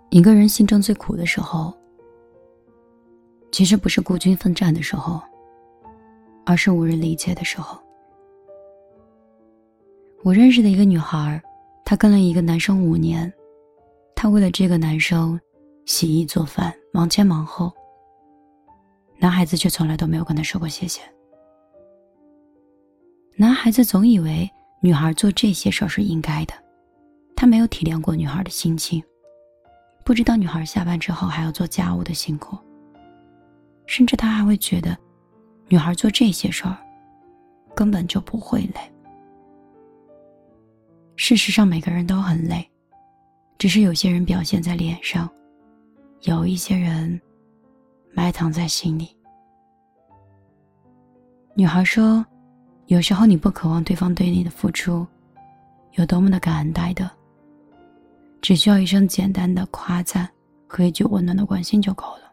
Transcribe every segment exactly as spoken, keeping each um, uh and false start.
一个人心中最苦的时候，其实不是孤军奋战的时候，而是无人理解的时候。我认识的一个女孩，她跟了一个男生五年，她为了这个男生洗衣做饭，忙前忙后，男孩子却从来都没有跟她说过谢谢。男孩子总以为女孩做这些事儿是应该的，他没有体谅过女孩的心情，不知道女孩下班之后还要做家务的辛苦，甚至他还会觉得女孩做这些事儿根本就不会累。事实上每个人都很累，只是有些人表现在脸上，有一些人埋藏在心里。女孩说，有时候你不渴望对方对你的付出有多么的感恩戴德，只需要一声简单的夸赞和一句温暖的关心就够了。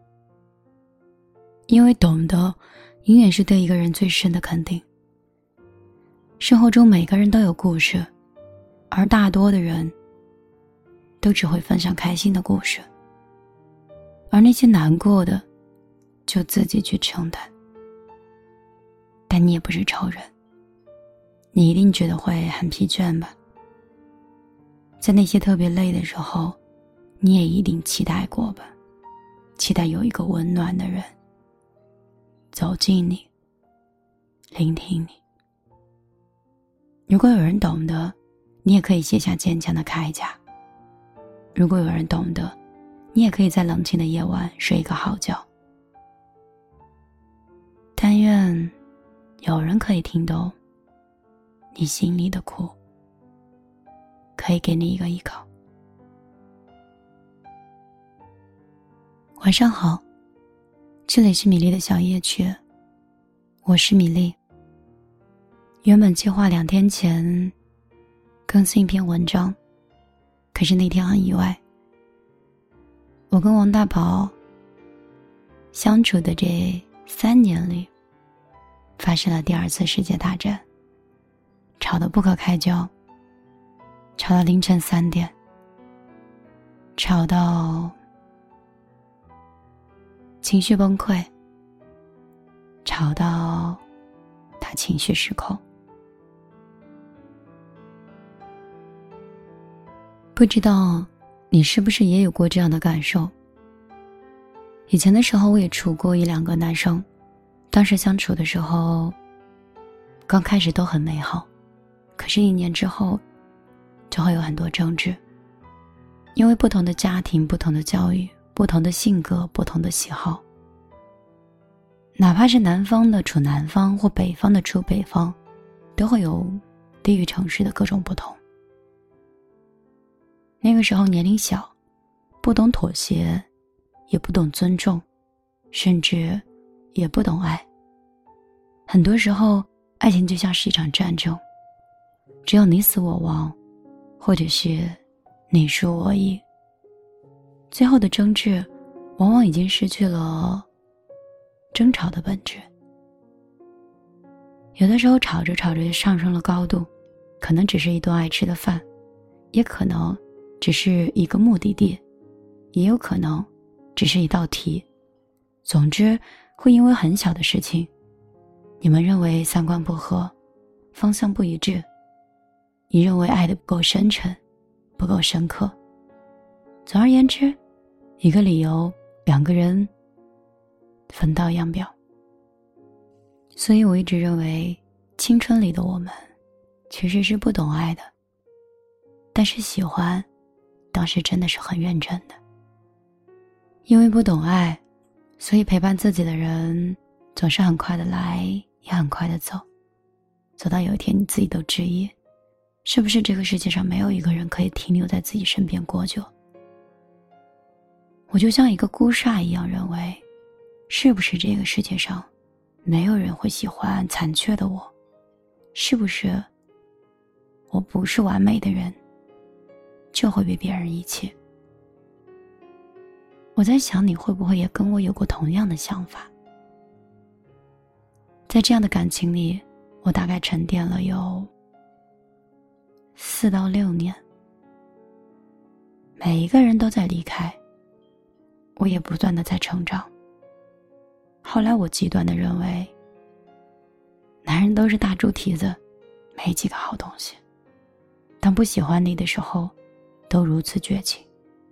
因为懂得永远是对一个人最深的肯定。生活中每个人都有故事，而大多的人都只会分享开心的故事，而那些难过的就自己去承担。但你也不是超人，你一定觉得会很疲倦吧。在那些特别累的时候，你也一定期待过吧，期待有一个温暖的人走近你，聆听你。如果有人懂得，你也可以卸下坚强的铠甲；如果有人懂得，你也可以在冷清的夜晚睡一个好觉。但愿有人可以听懂你心里的苦，可以给你一个依靠。晚上好，这里是米粒的小夜曲，我是米粒。原本计划两天前更新一篇文章，可是那天很意外，我跟王大宝相处的这三年里发生了第二次世界大战，吵得不可开交，吵到凌晨三点，吵到情绪崩溃，吵到他情绪失控。不知道你是不是也有过这样的感受？以前的时候我也处过一两个男生，当时相处的时候刚开始都很美好，可是一年之后就会有很多争执，因为不同的家庭、不同的教育、不同的性格、不同的喜好，哪怕是南方的处南方或北方的处北方，都会有地域城市的各种不同。那个时候年龄小，不懂妥协，也不懂尊重，甚至也不懂爱。很多时候爱情就像是一场战争，只有你死我亡，或者是你输我赢。最后的争执往往已经失去了争吵的本质。有的时候吵着吵着上升了高度，可能只是一顿爱吃的饭，也可能只是一个目的地，也有可能只是一道题。总之会因为很小的事情，你们认为三观不合，方向不一致，你认为爱得不够深沉，不够深刻。总而言之，一个理由，两个人分道扬镳。所以我一直认为，青春里的我们其实是不懂爱的，但是喜欢当时真的是很认真的。因为不懂爱，所以陪伴自己的人总是很快的来，也很快的走，走到有一天你自己都质疑，是不是这个世界上没有一个人可以停留在自己身边过久。我就像一个孤煞一样认为，是不是这个世界上没有人会喜欢残缺的我？是不是我不是完美的人，就会被别人遗弃？我在想，你会不会也跟我有过同样的想法？在这样的感情里，我大概沉淀了有四到六年，每每一个人都在离开，我也不断的在成长。后来我极端的认为，男人都是大猪蹄子，没几个好东西。当不喜欢你的时候，都如此绝情。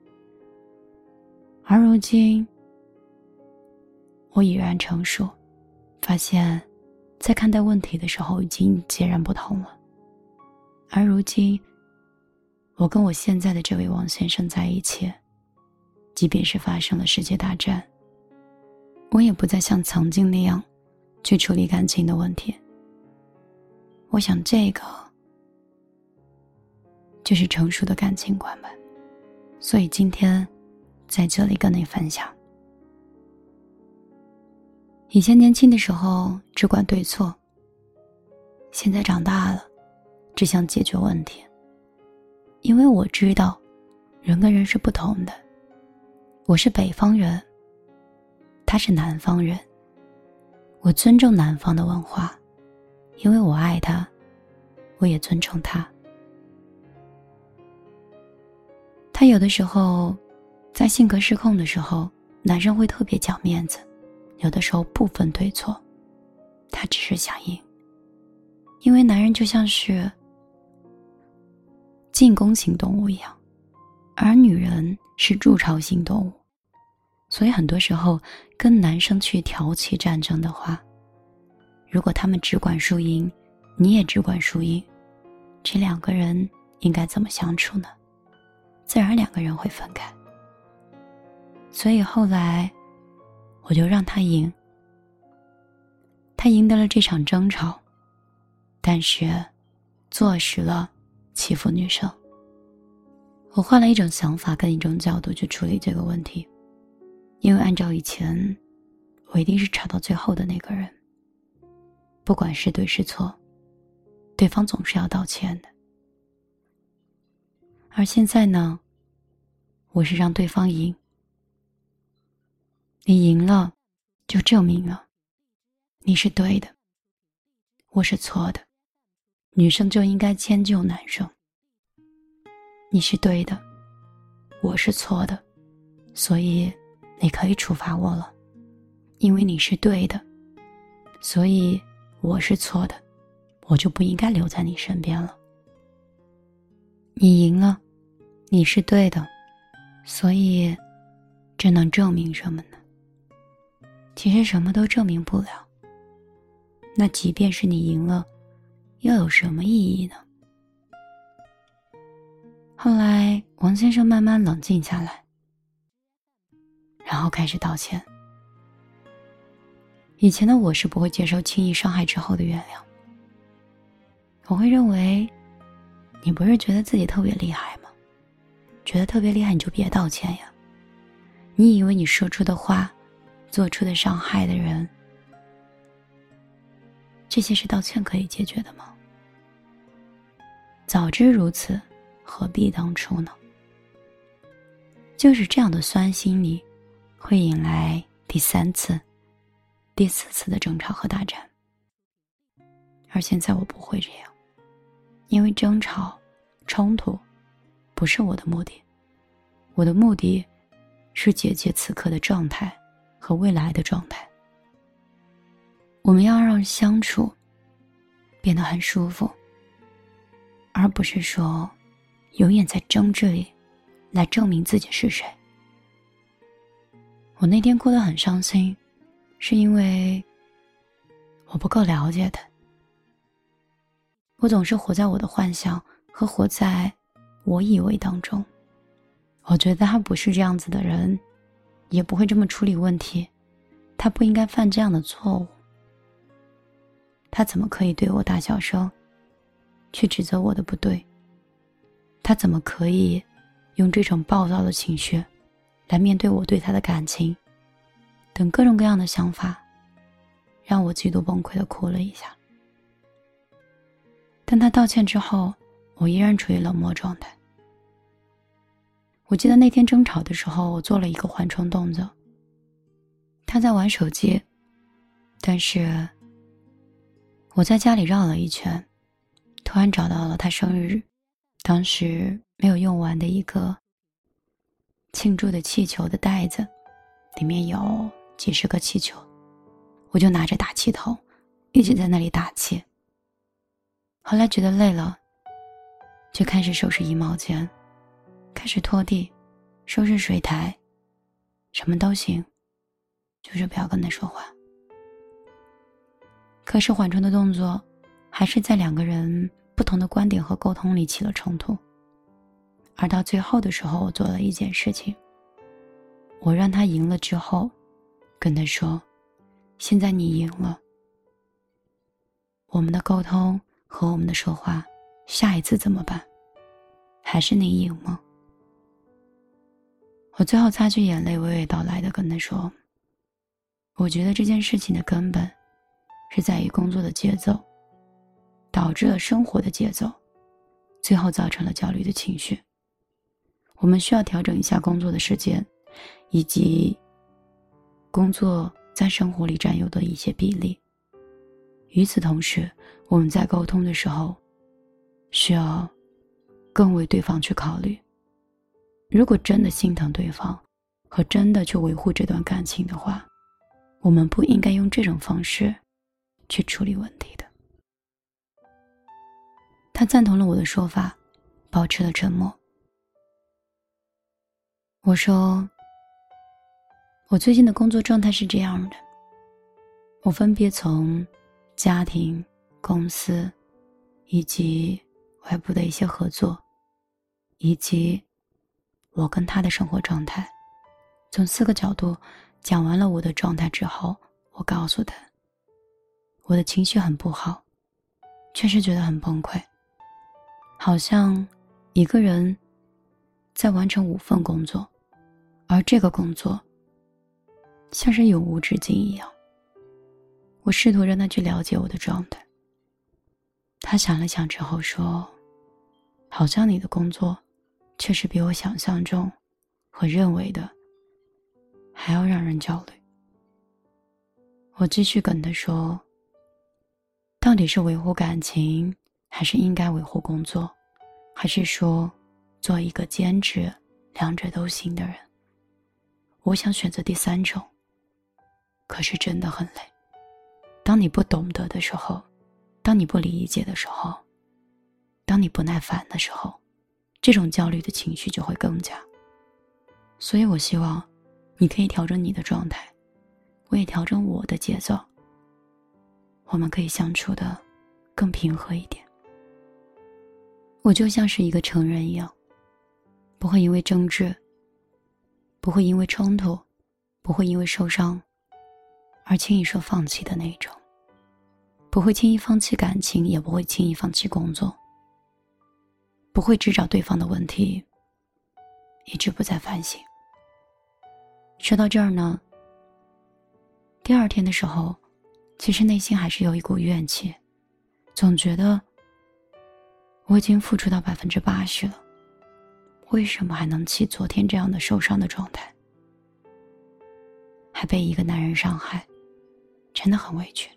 而如今，我已然成熟，发现在看待问题的时候已经截然不同了。而如今，我跟我现在的这位王先生在一起，即便是发生了世界大战，我也不再像曾经那样去处理感情的问题。我想这个就是成熟的感情观吧。所以今天在这里跟你分享。以前年轻的时候只管对错，现在长大了只想解决问题。因为我知道人跟人是不同的，我是北方人，他是南方人，我尊重南方的文化，因为我爱他，我也尊重他。他有的时候在性格失控的时候，男生会特别讲面子，有的时候不分对错，他只是想赢。因为男人就像是进攻型动物一样，而女人是筑巢型动物，所以很多时候跟男生去挑起战争的话，如果他们只管输赢，你也只管输赢，这两个人应该怎么相处呢？自然两个人会分开。所以后来我就让他赢，他赢得了这场争吵，但是坐实了欺负女生。我换了一种想法跟一种角度去处理这个问题，因为按照以前，我一定是吵到最后的那个人，不管是对是错，对方总是要道歉的。而现在呢，我是让对方赢，你赢了就证明了你是对的，我是错的，女生就应该迁就男生。你是对的，我是错的，所以你可以处罚我了。因为你是对的，所以我是错的，我就不应该留在你身边了。你赢了，你是对的，所以这能证明什么呢？其实什么都证明不了。那即便是你赢了，又有什么意义呢？后来王先生慢慢冷静下来，然后开始道歉。以前的我是不会接受轻易伤害之后的原谅，我会认为，你不是觉得自己特别厉害吗？觉得特别厉害你就别道歉呀。你以为你说出的话，做出的伤害的人，这些是道歉可以解决的吗？早知如此，何必当初呢？就是这样的酸心理，会引来第三次、第四次的争吵和大战。而现在我不会这样，因为争吵、冲突不是我的目的，我的目的是姐姐此刻的状态和未来的状态。我们要让相处变得很舒服，而不是说永远在争执里来证明自己是谁。我那天哭得很伤心，是因为我不够了解他。我总是活在我的幻想和活在我以为当中。我觉得他不是这样子的人，也不会这么处理问题，他不应该犯这样的错误。他怎么可以对我大小声，去指责我的不对？他怎么可以用这种暴躁的情绪来面对我对他的感情？等各种各样的想法，让我极度崩溃地哭了一下。但他道歉之后，我依然处于冷漠状态。我记得那天争吵的时候，我做了一个缓冲动作。他在玩手机，但是我在家里绕了一圈，突然找到了他生日当时没有用完的一个庆祝的气球的袋子，里面有几十个气球，我就拿着打气筒一直在那里打气。后来觉得累了，就开始收拾衣帽间，开始拖地，收拾水台，什么都行，就是不要跟他说话。可是缓冲的动作还是在两个人不同的观点和沟通里起了冲突。而到最后的时候，我做了一件事情，我让他赢了之后跟他说，现在你赢了，我们的沟通和我们的说话下一次怎么办？还是你赢吗？我最后擦去眼泪，娓娓道来的跟他说，我觉得这件事情的根本是在于工作的节奏，导致了生活的节奏，最后造成了焦虑的情绪。我们需要调整一下工作的时间，以及工作在生活里占有的一些比例。与此同时，我们在沟通的时候需要更为对方去考虑。如果真的心疼对方和真的去维护这段感情的话，我们不应该用这种方式去处理问题的。他赞同了我的说法，保持了沉默。我说，我最近的工作状态是这样的，我分别从家庭、公司以及外部的一些合作，以及我跟他的生活状态，从四个角度讲完了我的状态之后，我告诉他，我的情绪很不好，确实觉得很崩溃，好像一个人在完成五份工作，而这个工作像是永无止境一样。我试图让他去了解我的状态，他想了想之后说，好像你的工作确实比我想象中和认为的还要让人焦虑。我继续跟他说，到底是维护感情，还是应该维护工作，还是说做一个兼职，两者都行的人？我想选择第三种，可是真的很累。当你不懂得的时候，当你不理解的时候，当你不耐烦的时候，这种焦虑的情绪就会更加。所以我希望你可以调整你的状态，我也调整我的节奏，我们可以相处的更平和一点。我就像是一个成人一样，不会因为争执，不会因为冲突，不会因为受伤而轻易说放弃的那种，不会轻易放弃感情，也不会轻易放弃工作，不会只找对方的问题，一直不再反省。说到这儿呢，第二天的时候，其实内心还是有一股怨气，总觉得我已经付出到百分之八十了，为什么还能起昨天这样的受伤的状态，还被一个男人伤害，真的很委屈。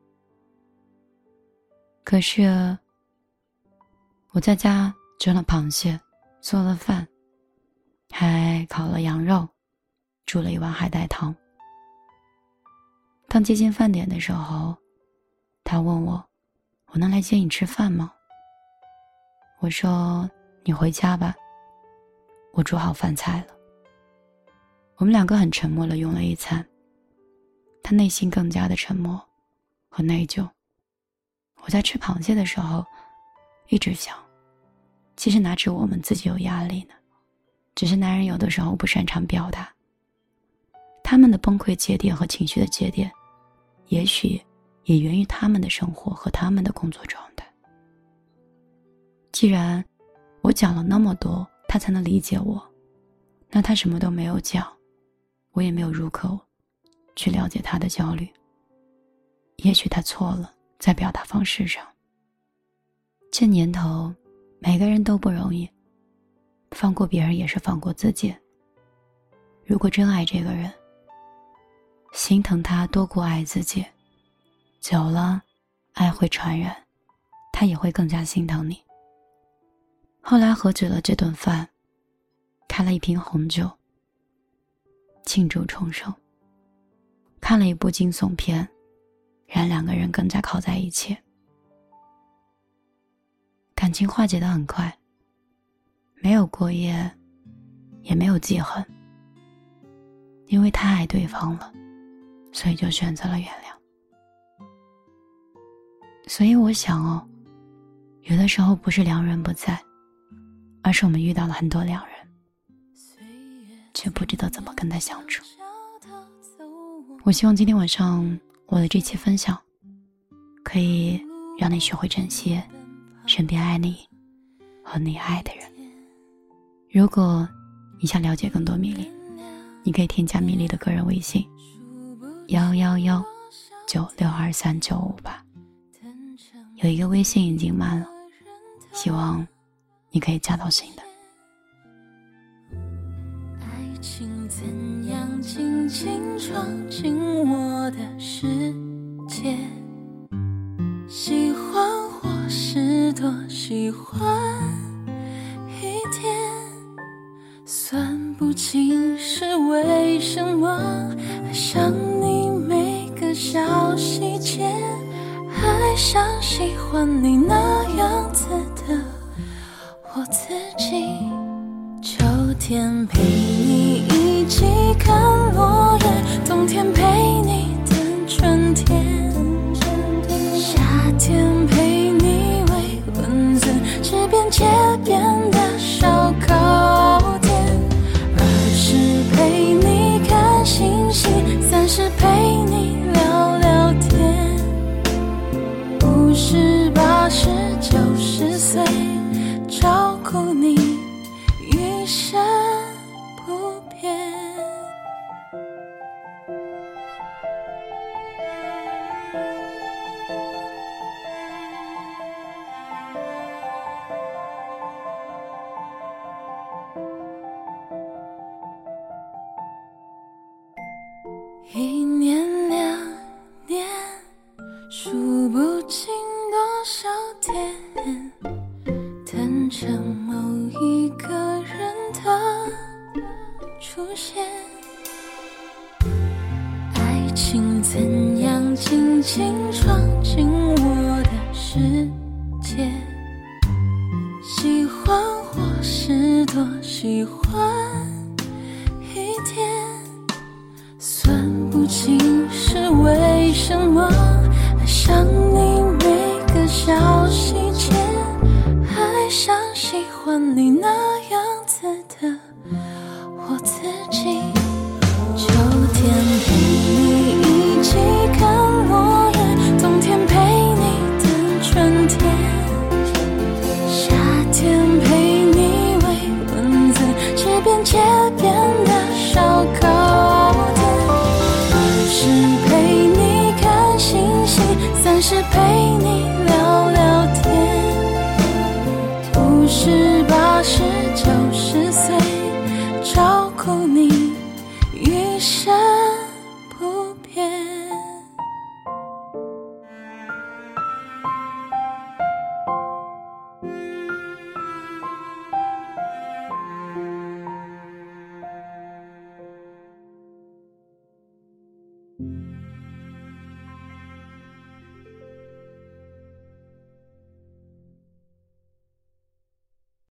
可是我在家蒸了螃蟹，做了饭，还烤了羊肉，煮了一碗海带汤。当接近饭点的时候，他问我，我能来接你吃饭吗？我说，你回家吧，我煮好饭菜了。我们两个很沉默地用了一餐，他内心更加的沉默和内疚。我在吃螃蟹的时候一直想，其实哪止我们自己有压力呢，只是男人有的时候不擅长表达，他们的崩溃节点和情绪的节点也许也源于他们的生活和他们的工作状态。既然我讲了那么多他才能理解我，那他什么都没有讲，我也没有入口去了解他的焦虑。也许他错了在表达方式上，这年头每个人都不容易，放过别人也是放过自己。如果真爱这个人，心疼他多过爱自己，久了爱会传染，他也会更加心疼你。后来喝醉了这顿饭，开了一瓶红酒， 庆祝重生。看了一部惊悚片，让两个人更加靠在一起。感情化解得很快，没有过夜，也没有记恨，因为太爱对方了，所以就选择了原谅。所以我想哦，有的时候不是良人不在，而是我们遇到了很多良人，却不知道怎么跟他相处。我希望今天晚上我的这期分享可以让你学会珍惜身边爱你和你爱的人。如果你想了解更多米粒，你可以添加米粒的个人微信幺幺幺九六二三九五八，有一个微信已经满了，希望你可以加到新的。 爱情怎样轻轻闯进我的世界，喜欢或是多喜欢一点，算不清是为什么爱上你每个小细节，爱上喜欢你那样子的我自己。秋天陪你一起看落日，冬天陪你等春天，夏天陪你喂蚊子，吃遍街边的烧烤店，二十陪你看星星，三十陪你聊聊天，五十八十九十岁照顾你一生不变。一年两年，数不清多少天，等着某一个人的出现。爱情怎样轻轻闯进我的世界，喜欢或是多喜欢